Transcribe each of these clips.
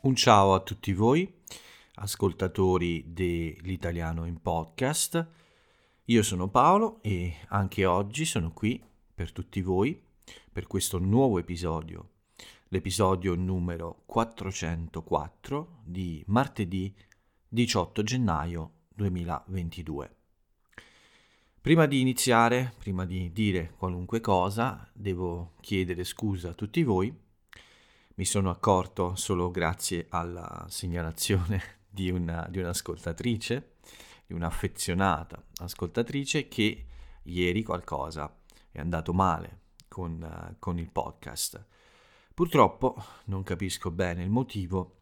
Un ciao a tutti voi, ascoltatori dell'Italiano in Podcast. Io sono Paolo e anche oggi sono qui per tutti voi per questo nuovo episodio, l'episodio numero 404 di martedì 18 gennaio 2022. Prima di iniziare, prima di dire qualunque cosa, devo chiedere scusa a tutti voi. Mi sono accorto solo grazie alla segnalazione di un'ascoltatrice, di un'affezionata ascoltatrice, che ieri qualcosa è andato male con il podcast. Purtroppo non capisco bene il motivo,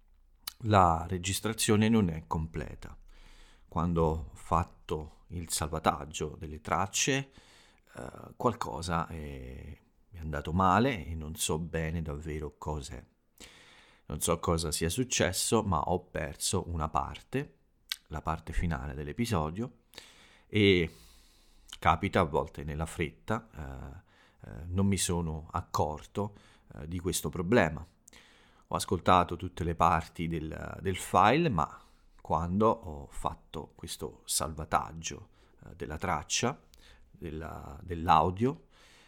la registrazione non è completa. Quando ho fatto il salvataggio delle tracce, qualcosa è andato male e non so bene davvero cos'è. Non so cosa sia successo, ma ho perso una parte, la parte finale dell'episodio, e capita a volte nella fretta, non mi sono accorto di questo problema. Ho ascoltato tutte le parti del file, ma quando ho fatto questo salvataggio della traccia, dell'audio,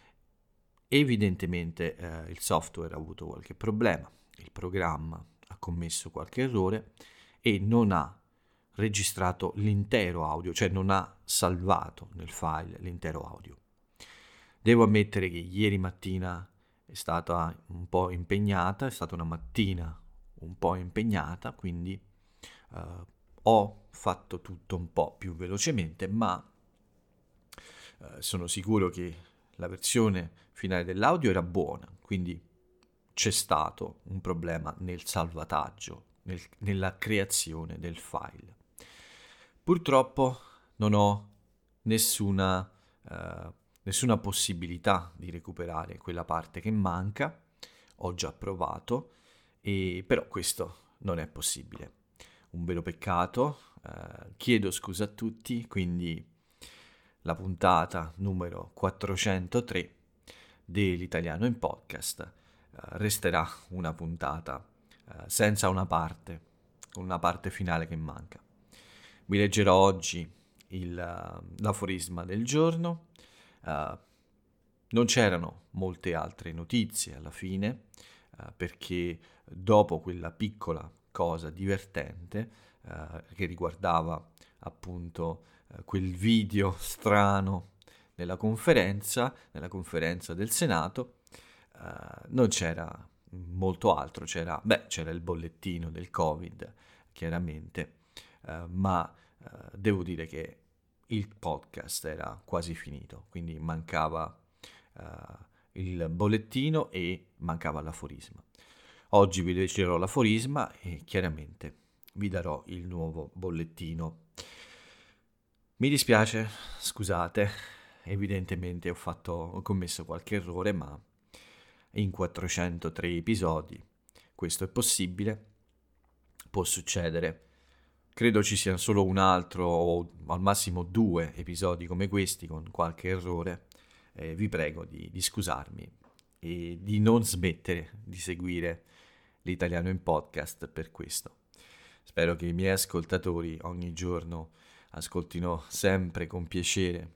evidentemente il software ha avuto qualche problema, il programma ha commesso qualche errore e non ha registrato l'intero audio, cioè non ha salvato nel file l'intero audio. Devo ammettere che ieri mattina è stata un po' impegnata, è stata una mattina un po' impegnata, quindi ho fatto tutto un po' più velocemente, ma sono sicuro che la versione finale dell'audio era buona, quindi c'è stato un problema nel salvataggio, nella creazione del file. Purtroppo non ho nessuna, nessuna possibilità di recuperare quella parte che manca, ho già provato, però questo non è possibile. Un vero peccato, chiedo scusa a tutti, quindi la puntata numero 403 dell'Italiano in Podcast resterà una puntata senza una parte finale che manca. Vi leggerò oggi l'aforisma del giorno. Non c'erano molte altre notizie alla fine, perché dopo quella piccola cosa divertente che riguardava appunto quel video strano nella conferenza del Senato, non c'era molto altro, c'era il bollettino del Covid, chiaramente, ma devo dire che il podcast era quasi finito, quindi mancava il bollettino e mancava l'aforisma. Oggi vi leggerò l'aforisma e chiaramente vi darò il nuovo bollettino. Mi dispiace, scusate, evidentemente ho commesso qualche errore, ma in 403 episodi questo è possibile, può succedere. Credo ci siano solo un altro o al massimo 2 episodi come questi con qualche errore. Vi prego di scusarmi e di non smettere di seguire l'Italiano in Podcast per questo. Spero che i miei ascoltatori ogni giorno ascoltino sempre con piacere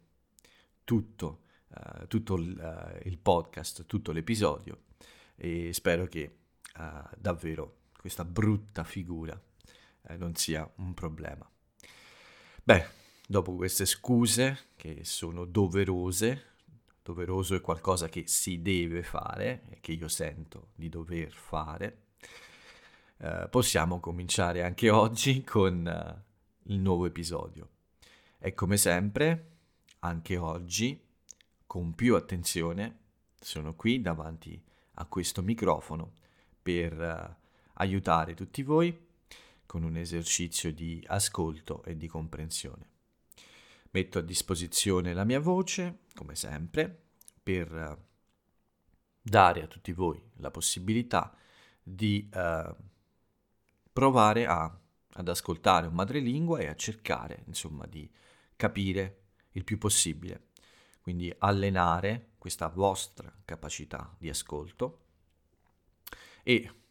tutto il podcast, tutto l'episodio, e spero che davvero questa brutta figura non sia un problema. Beh, dopo queste scuse che sono doveroso è qualcosa che si deve fare e che io sento di dover fare, possiamo cominciare anche oggi con il nuovo episodio. E come sempre, anche oggi, con più attenzione, sono qui davanti a questo microfono per aiutare tutti voi con un esercizio di ascolto e di comprensione. Metto a disposizione la mia voce, come sempre, per dare a tutti voi la possibilità di provare ad ascoltare un madrelingua e a cercare, insomma, di capire il più possibile. Quindi allenare questa vostra capacità di ascolto e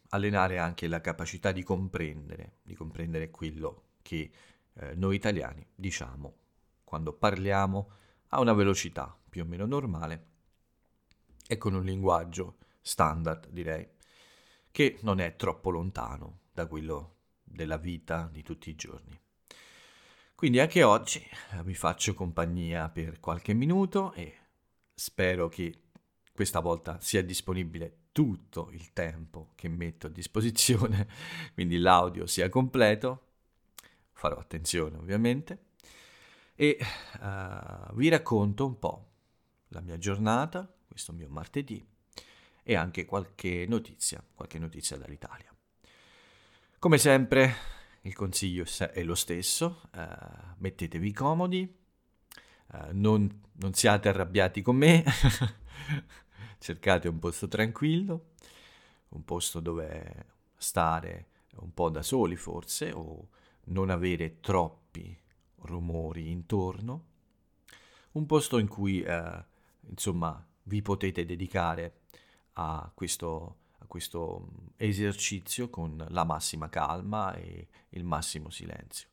allenare anche la capacità di comprendere quello che noi italiani diciamo quando parliamo a una velocità più o meno normale e con un linguaggio standard, direi, che non è troppo lontano da quello della vita di tutti i giorni. Quindi anche oggi vi faccio compagnia per qualche minuto e spero che questa volta sia disponibile tutto il tempo che metto a disposizione, quindi l'audio sia completo. Farò attenzione ovviamente e vi racconto un po' la mia giornata, questo mio martedì, e anche qualche notizia dall'Italia. Come sempre, il consiglio è lo stesso, mettetevi comodi, non siate arrabbiati con me, cercate un posto tranquillo, un posto dove stare un po' da soli forse, o non avere troppi rumori intorno, un posto in cui insomma vi potete dedicare a questo esercizio con la massima calma e il massimo silenzio.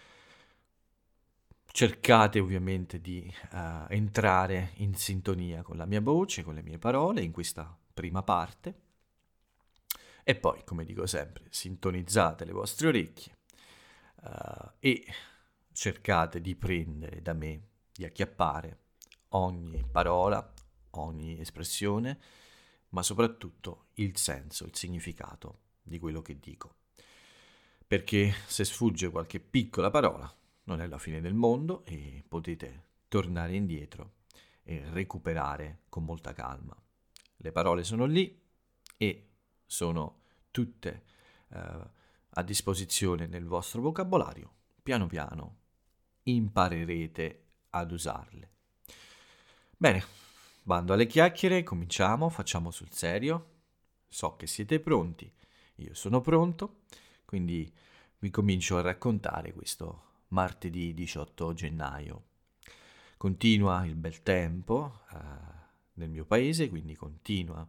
Cercate ovviamente di entrare in sintonia con la mia voce, con le mie parole in questa prima parte e poi, come dico sempre, sintonizzate le vostre orecchie e cercate di prendere da me, di acchiappare ogni parola, ogni espressione, ma soprattutto il senso, il significato di quello che dico. Perché se sfugge qualche piccola parola, non è la fine del mondo e potete tornare indietro e recuperare con molta calma. Le parole sono lì e sono tutte a disposizione nel vostro vocabolario. Piano piano imparerete ad usarle. Bene, bando alle chiacchiere, cominciamo, facciamo sul serio. So che siete pronti, io sono pronto, quindi vi comincio a raccontare questo martedì 18 gennaio. Continua il bel tempo nel mio paese, quindi continua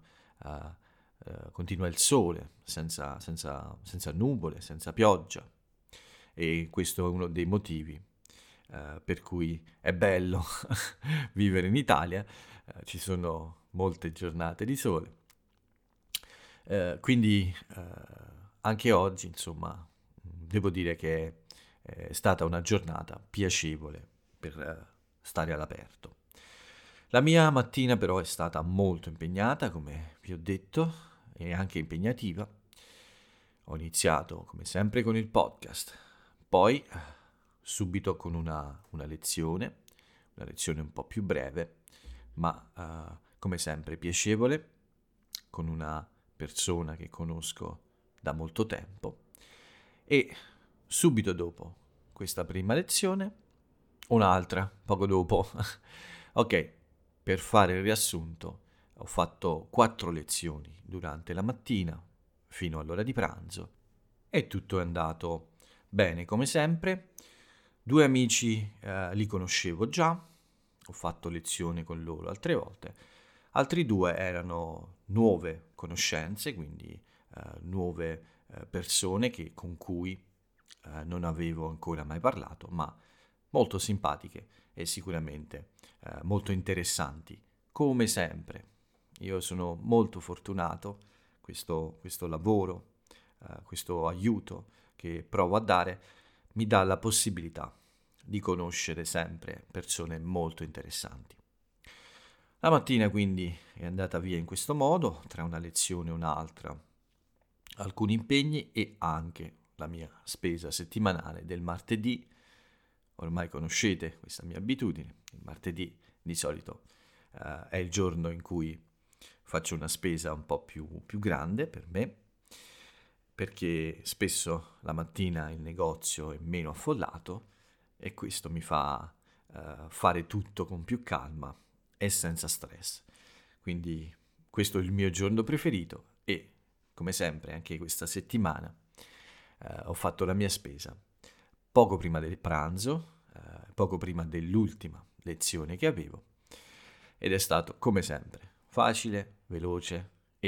il sole, senza nuvole, senza pioggia. E questo è uno dei motivi per cui è bello vivere in Italia. Ci sono molte giornate di sole. Quindi anche oggi, insomma, devo dire che è stata una giornata piacevole per stare all'aperto. La mia mattina però è stata molto impegnata, come vi ho detto, e anche impegnativa. Ho iniziato, come sempre, con il podcast, poi subito con una lezione un po' più breve, ma come sempre piacevole, con una persona che conosco da molto tempo. E subito dopo questa prima lezione, un'altra, poco dopo. Ok, per fare il riassunto, ho fatto 4 lezioni durante la mattina fino all'ora di pranzo e tutto è andato bene come sempre. 2 amici li conoscevo già, ho fatto lezione con loro altre volte. Altri 2 erano nuove conoscenze, quindi nuove persone con cui non avevo ancora mai parlato, ma molto simpatiche e sicuramente molto interessanti, come sempre. Io sono molto fortunato, questo lavoro, questo aiuto che provo a dare, mi dà la possibilità di conoscere sempre persone molto interessanti. La mattina quindi è andata via in questo modo, tra una lezione e un'altra, alcuni impegni e anche la mia spesa settimanale del martedì. Ormai conoscete questa mia abitudine, il martedì di solito è il giorno in cui faccio una spesa un po' più grande per me, perché spesso la mattina il negozio è meno affollato e questo mi fa fare tutto con più calma e senza stress. Quindi questo è il mio giorno preferito e, come sempre, anche questa settimana ho fatto la mia spesa poco prima del pranzo, poco prima dell'ultima lezione che avevo, ed è stato, come sempre, facile, veloce e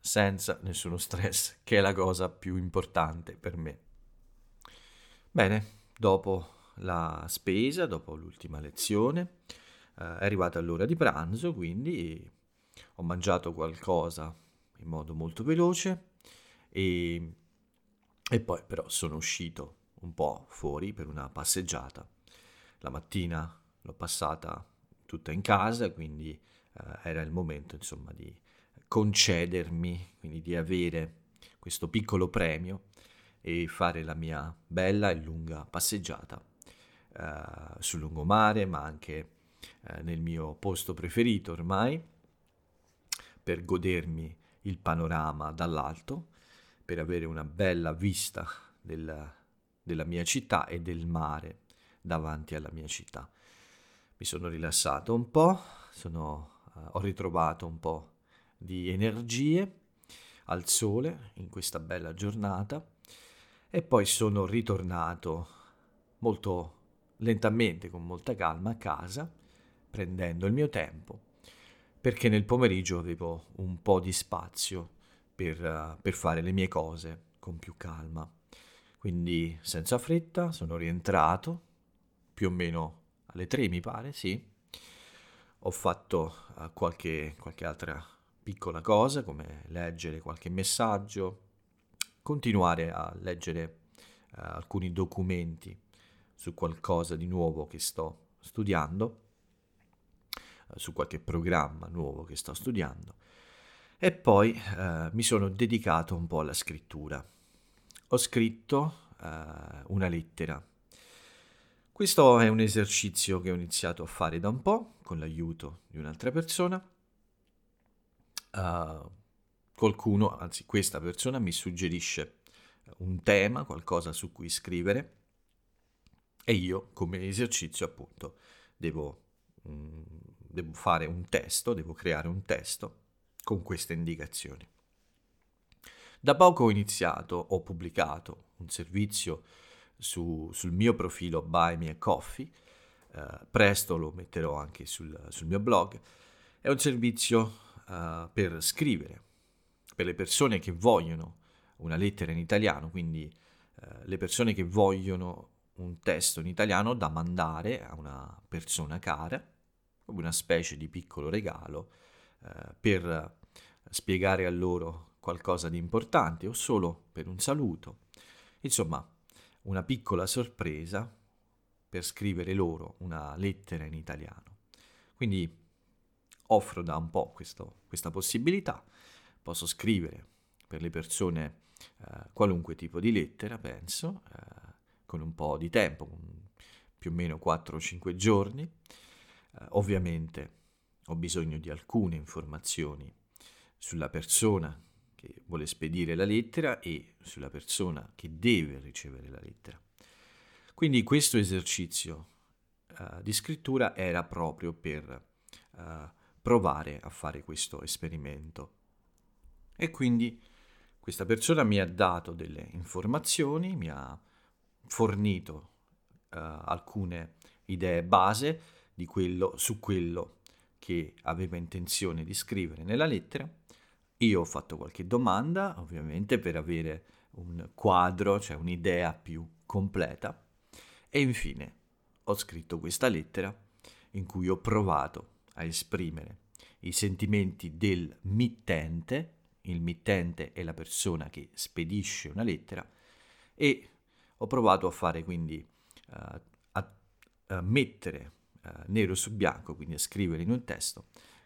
senza nessuno stress, che è la cosa più importante per me. Bene, dopo la spesa, dopo l'ultima lezione, è arrivata l'ora di pranzo, quindi ho mangiato qualcosa in modo molto veloce e, e poi però sono uscito un po' fuori per una passeggiata. La mattina l'ho passata tutta in casa, quindi era il momento insomma di concedermi, quindi di avere questo piccolo premio e fare la mia bella e lunga passeggiata sul lungomare, ma anche nel mio posto preferito ormai, per godermi il panorama dall'alto, per avere una bella vista della mia città e del mare davanti alla mia città. Mi sono rilassato un po', ho ritrovato un po' di energie al sole in questa bella giornata e poi sono ritornato molto lentamente, con molta calma a casa, prendendo il mio tempo, perché nel pomeriggio avevo un po' di spazio per fare le mie cose con più calma. Quindi senza fretta sono rientrato, più o meno alle 3 mi pare, sì. Ho fatto qualche altra piccola cosa, come leggere qualche messaggio, continuare a leggere alcuni documenti su qualcosa di nuovo che sto studiando, su qualche programma nuovo che sto studiando, e poi mi sono dedicato un po' alla scrittura. Ho scritto una lettera. Questo è un esercizio che ho iniziato a fare da un po', con l'aiuto di un'altra persona. Qualcuno, anzi questa persona, mi suggerisce un tema, qualcosa su cui scrivere, e io come esercizio appunto devo fare un testo, devo creare un testo con queste indicazioni. Da poco ho pubblicato un servizio sul mio profilo Buy Me a Coffee, presto lo metterò anche sul mio blog. È un servizio per scrivere, per le persone che vogliono una lettera in italiano, quindi le persone che vogliono un testo in italiano da mandare a una persona cara, come una specie di piccolo regalo per spiegare a loro qualcosa di importante o solo per un saluto. Insomma, una piccola sorpresa per scrivere loro una lettera in italiano. Quindi offro da un po' questa possibilità. Posso scrivere per le persone qualunque tipo di lettera, penso, con un po' di tempo, con più o meno 4-5 giorni. Ovviamente ho bisogno di alcune informazioni sulla persona che vuole spedire la lettera e sulla persona che deve ricevere la lettera. Quindi questo esercizio di scrittura era proprio per provare a fare questo esperimento. E quindi questa persona mi ha dato delle informazioni, mi ha fornito alcune idee base su quello che aveva intenzione di scrivere nella lettera. Io ho fatto qualche domanda, ovviamente, per avere un quadro, cioè un'idea più completa. E infine ho scritto questa lettera in cui ho provato a esprimere i sentimenti del mittente. Il mittente è la persona che spedisce una lettera, e ho provato a fare quindi a mettere nero su bianco, quindi a scrivere in un testo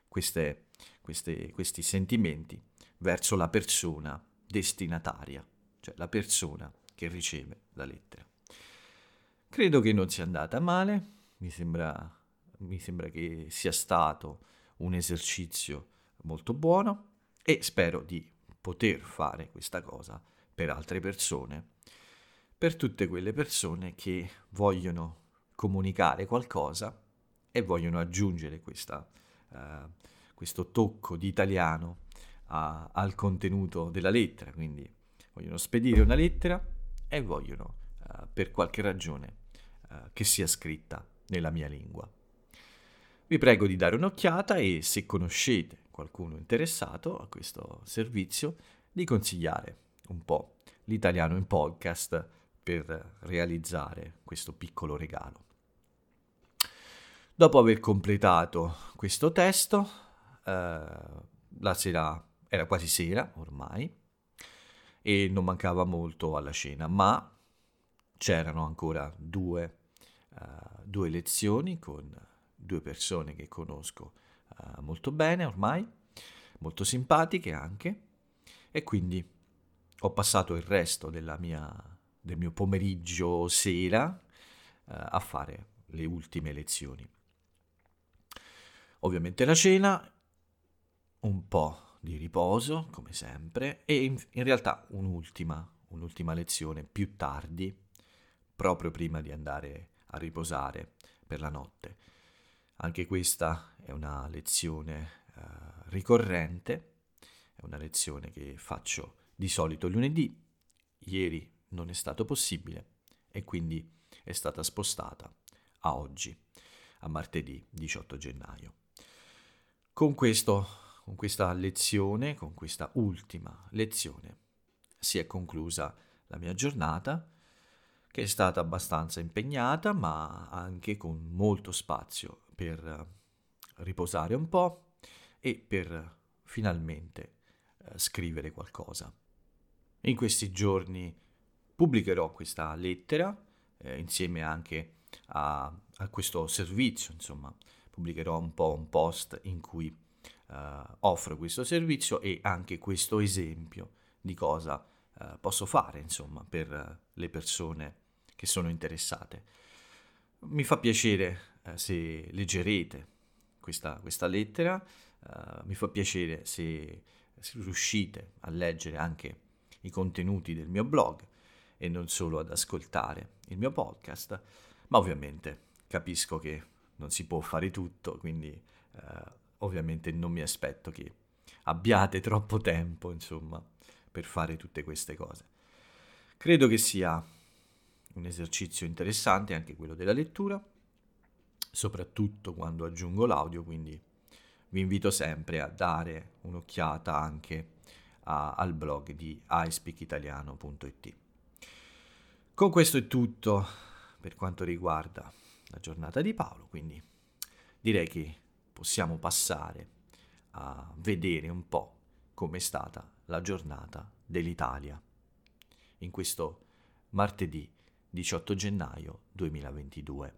questi sentimenti verso la persona destinataria, cioè la persona che riceve la lettera. Credo che non sia andata male, mi sembra che sia stato un esercizio molto buono e spero di poter fare questa cosa per altre persone, per tutte quelle persone che vogliono comunicare qualcosa e vogliono aggiungere questo tocco di italiano al contenuto della lettera, quindi vogliono spedire una lettera e vogliono per qualche ragione che sia scritta nella mia lingua. Vi prego di dare un'occhiata e se conoscete qualcuno interessato a questo servizio di consigliare un po' l'italiano in podcast per realizzare questo piccolo regalo. Dopo aver completato questo testo, la sera era quasi sera ormai e non mancava molto alla cena, ma c'erano ancora due lezioni con due persone che conosco molto bene ormai, molto simpatiche anche, e quindi ho passato il resto del mio pomeriggio sera a fare le ultime lezioni. Ovviamente la cena, un po' di riposo, come sempre, e in realtà un'ultima lezione più tardi, proprio prima di andare a riposare per la notte. Anche questa è una lezione ricorrente, è una lezione che faccio di solito lunedì. Ieri non è stato possibile e quindi è stata spostata a oggi, a martedì 18 gennaio. Con questa lezione, con questa ultima lezione, si è conclusa la mia giornata, che è stata abbastanza impegnata, ma anche con molto spazio per riposare un po' e per finalmente scrivere qualcosa. In questi giorni pubblicherò questa lettera insieme anche a questo servizio, insomma, pubblicherò un po' un post in cui offro questo servizio e anche questo esempio di cosa posso fare, insomma, per le persone che sono interessate. Mi fa piacere se leggerete questa lettera, mi fa piacere se riuscite a leggere anche i contenuti del mio blog e non solo ad ascoltare il mio podcast, ma ovviamente capisco che non si può fare tutto, quindi ovviamente non mi aspetto che abbiate troppo tempo, insomma, per fare tutte queste cose. Credo che sia un esercizio interessante anche quello della lettura, soprattutto quando aggiungo l'audio, quindi vi invito sempre a dare un'occhiata anche al blog di ispeakitaliano.it. Con questo è tutto per quanto riguarda la giornata di Paolo, quindi direi che possiamo passare a vedere un po' com'è stata la giornata dell'Italia in questo martedì 18 gennaio 2022.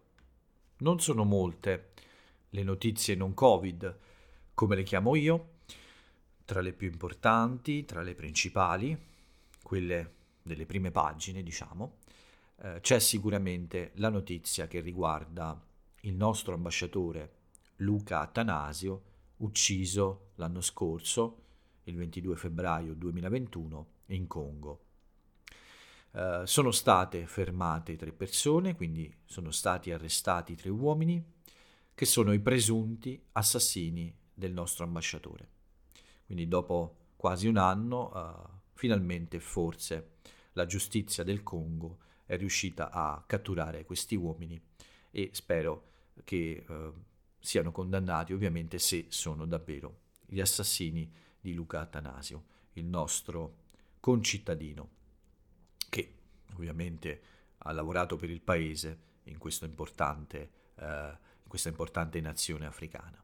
Non sono molte le notizie non Covid, come le chiamo io, tra le più importanti, tra le principali, quelle delle prime pagine, diciamo, c'è sicuramente la notizia che riguarda il nostro ambasciatore Luca Attanasio, ucciso l'anno scorso, il 22 febbraio 2021, in Congo. Sono state fermate 3 persone, quindi sono stati arrestati 3 uomini, che sono i presunti assassini del nostro ambasciatore. Quindi dopo quasi un anno, finalmente forse la giustizia del Congo è riuscita a catturare questi uomini e spero che siano condannati, ovviamente, se sono davvero gli assassini di Luca Attanasio, il nostro concittadino, che ovviamente ha lavorato per il paese in questa importante nazione africana.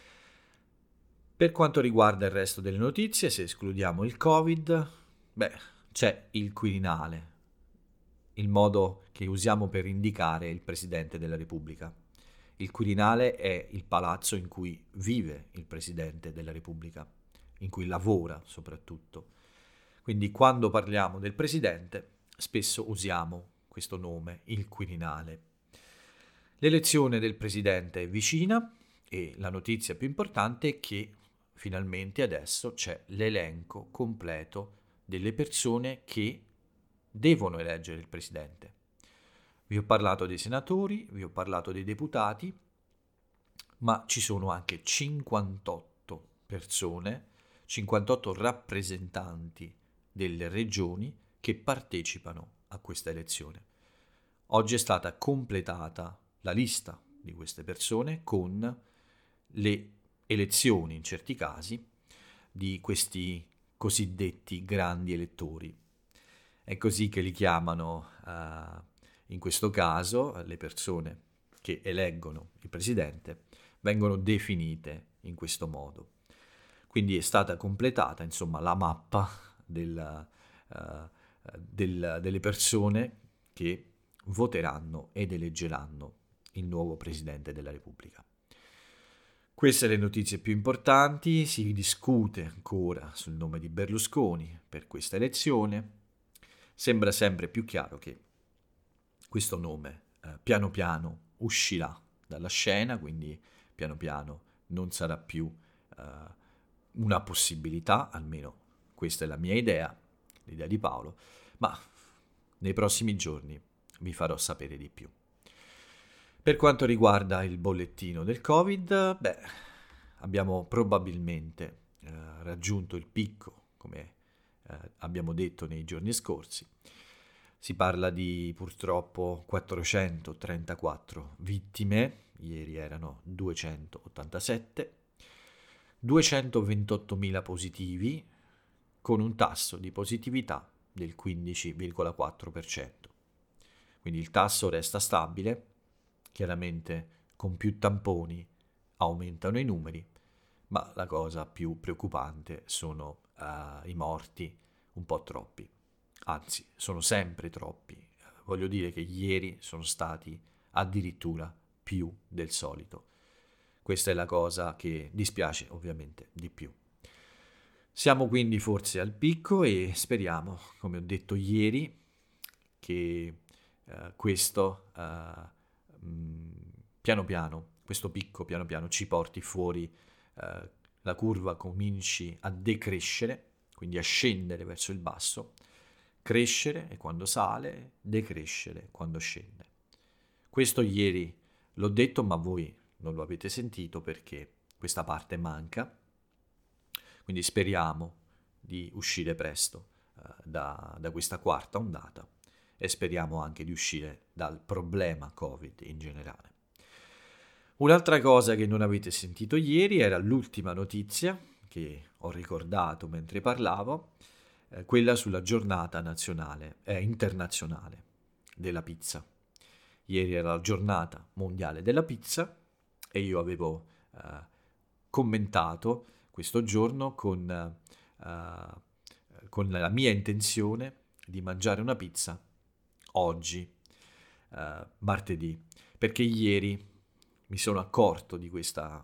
Per quanto riguarda il resto delle notizie, se escludiamo il Covid, c'è il Quirinale, il modo che usiamo per indicare il Presidente della Repubblica. Il Quirinale è il palazzo in cui vive il Presidente della Repubblica, in cui lavora soprattutto. Quindi quando parliamo del Presidente spesso usiamo questo nome, il Quirinale. L'elezione del Presidente è vicina e la notizia più importante è che finalmente adesso c'è l'elenco completo delle persone che devono eleggere il Presidente. Vi ho parlato dei senatori, vi ho parlato dei deputati, ma ci sono anche 58 persone, 58 rappresentanti delle regioni che partecipano a questa elezione. Oggi è stata completata la lista di queste persone con le elezioni in certi casi di questi cosiddetti grandi elettori. È così che li chiamano in questo caso le persone che eleggono il presidente, vengono definite in questo modo. Quindi è stata completata, insomma, la mappa delle persone che voteranno ed eleggeranno il nuovo presidente della Repubblica. Queste le notizie più importanti. Si discute ancora sul nome di Berlusconi per questa elezione. Sembra sempre più chiaro che questo nome piano piano uscirà dalla scena, quindi piano piano non sarà più una possibilità, almeno questa è la mia idea, l'idea di Paolo, ma nei prossimi giorni vi farò sapere di più. Per quanto riguarda il bollettino del Covid, abbiamo probabilmente raggiunto il picco, come abbiamo detto nei giorni scorsi. Si parla di purtroppo 434 vittime, ieri erano 287, 228.000 positivi, con un tasso di positività del 15,4%. Quindi il tasso resta stabile, chiaramente con più tamponi aumentano i numeri, ma la cosa più preoccupante sono i morti, un po' troppi. Anzi, sono sempre troppi. Voglio dire che ieri sono stati addirittura più del solito. Questa è la cosa che dispiace ovviamente di più. Siamo quindi forse al picco e speriamo, come ho detto ieri, che questo piano piano, questo picco piano piano ci porti fuori, la curva cominci a decrescere, quindi a scendere verso il basso, crescere e quando sale, decrescere quando scende. Questo ieri l'ho detto, ma voi non lo avete sentito perché questa parte manca, quindi speriamo di uscire presto da questa quarta ondata e speriamo anche di uscire dal problema Covid in generale. Un'altra cosa che non avete sentito ieri era l'ultima notizia che ho ricordato mentre parlavo, quella sulla giornata internazionale della pizza. Ieri era la giornata mondiale della pizza e io avevo commentato questo giorno con la mia intenzione di mangiare una pizza oggi, martedì, perché ieri mi sono accorto di questo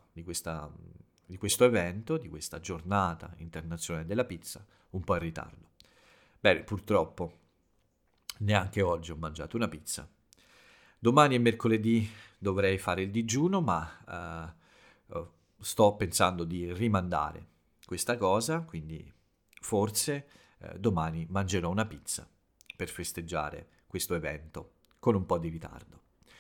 evento, di questa giornata internazionale della pizza, un po' in ritardo. Bene, purtroppo neanche oggi ho mangiato una pizza. Domani e mercoledì dovrei fare il digiuno, ma sto pensando di rimandare questa cosa, quindi forse domani mangerò una pizza per festeggiare questo evento con un po' di ritardo.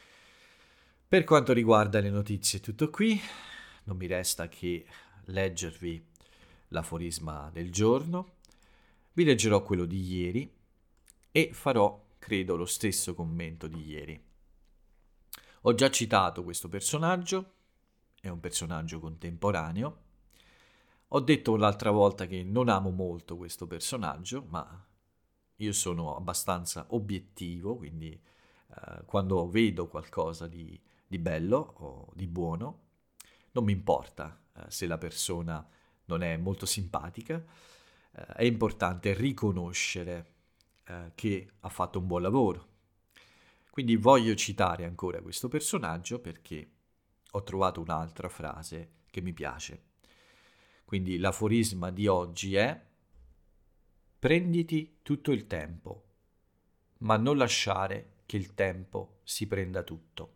Per quanto riguarda le notizie, tutto qui. Non mi resta che leggervi l'aforisma del giorno. Vi leggerò quello di ieri e farò, credo, lo stesso commento di ieri. Ho già citato questo personaggio, è un personaggio contemporaneo. Ho detto l'altra volta che non amo molto questo personaggio, ma io sono abbastanza obiettivo, quindi quando vedo qualcosa di bello o di buono, non mi importa se la persona non è molto simpatica, è importante riconoscere che ha fatto un buon lavoro. Quindi voglio citare ancora questo personaggio perché ho trovato un'altra frase che mi piace. Quindi l'aforisma di oggi è: prenditi tutto il tempo, ma non lasciare che il tempo si prenda tutto.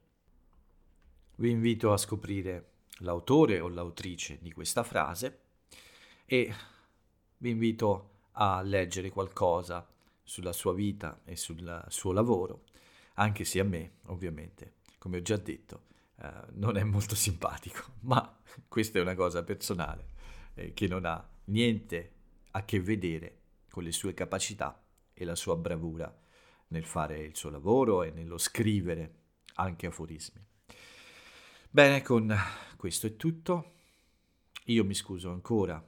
Vi invito a scoprire l'autore o l'autrice di questa frase e vi invito a leggere qualcosa sulla sua vita e sul suo lavoro, anche se a me, ovviamente, come ho già detto, non è molto simpatico, ma questa è una cosa personale che non ha niente a che vedere con le sue capacità e la sua bravura nel fare il suo lavoro e nello scrivere anche aforismi. Bene, con questo è tutto. Io mi scuso ancora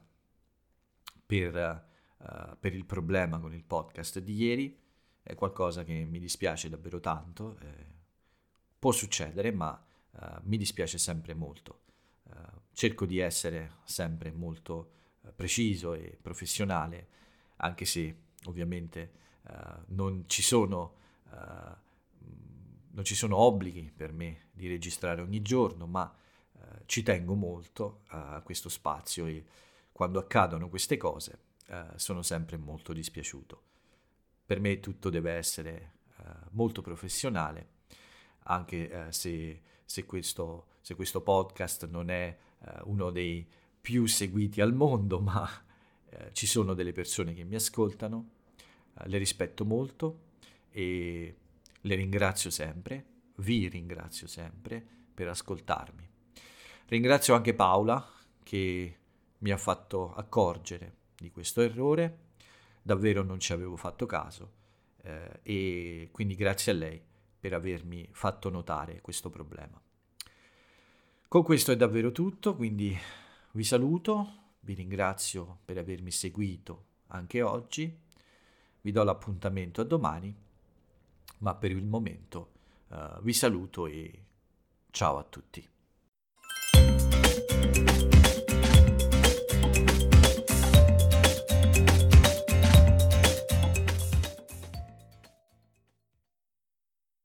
per il problema con il podcast di ieri, è qualcosa che mi dispiace davvero tanto, può succedere, ma mi dispiace sempre molto. Cerco di essere sempre molto preciso e professionale, anche se ovviamente non ci sono, non ci sono obblighi per me di registrare ogni giorno, ma ci tengo molto a questo spazio e quando accadono queste cose sono sempre molto dispiaciuto. Per me tutto deve essere molto professionale, anche se questo podcast non è uno dei più seguiti al mondo, ma ci sono delle persone che mi ascoltano, le rispetto molto e le ringrazio sempre, vi ringrazio sempre per ascoltarmi. Ringrazio anche Paola che mi ha fatto accorgere di questo errore, davvero non ci avevo fatto caso e quindi grazie a lei per avermi fatto notare questo problema. Con questo è davvero tutto, quindi vi saluto, vi ringrazio per avermi seguito anche oggi, vi do l'appuntamento a domani, ma per il momento vi saluto e ciao a tutti.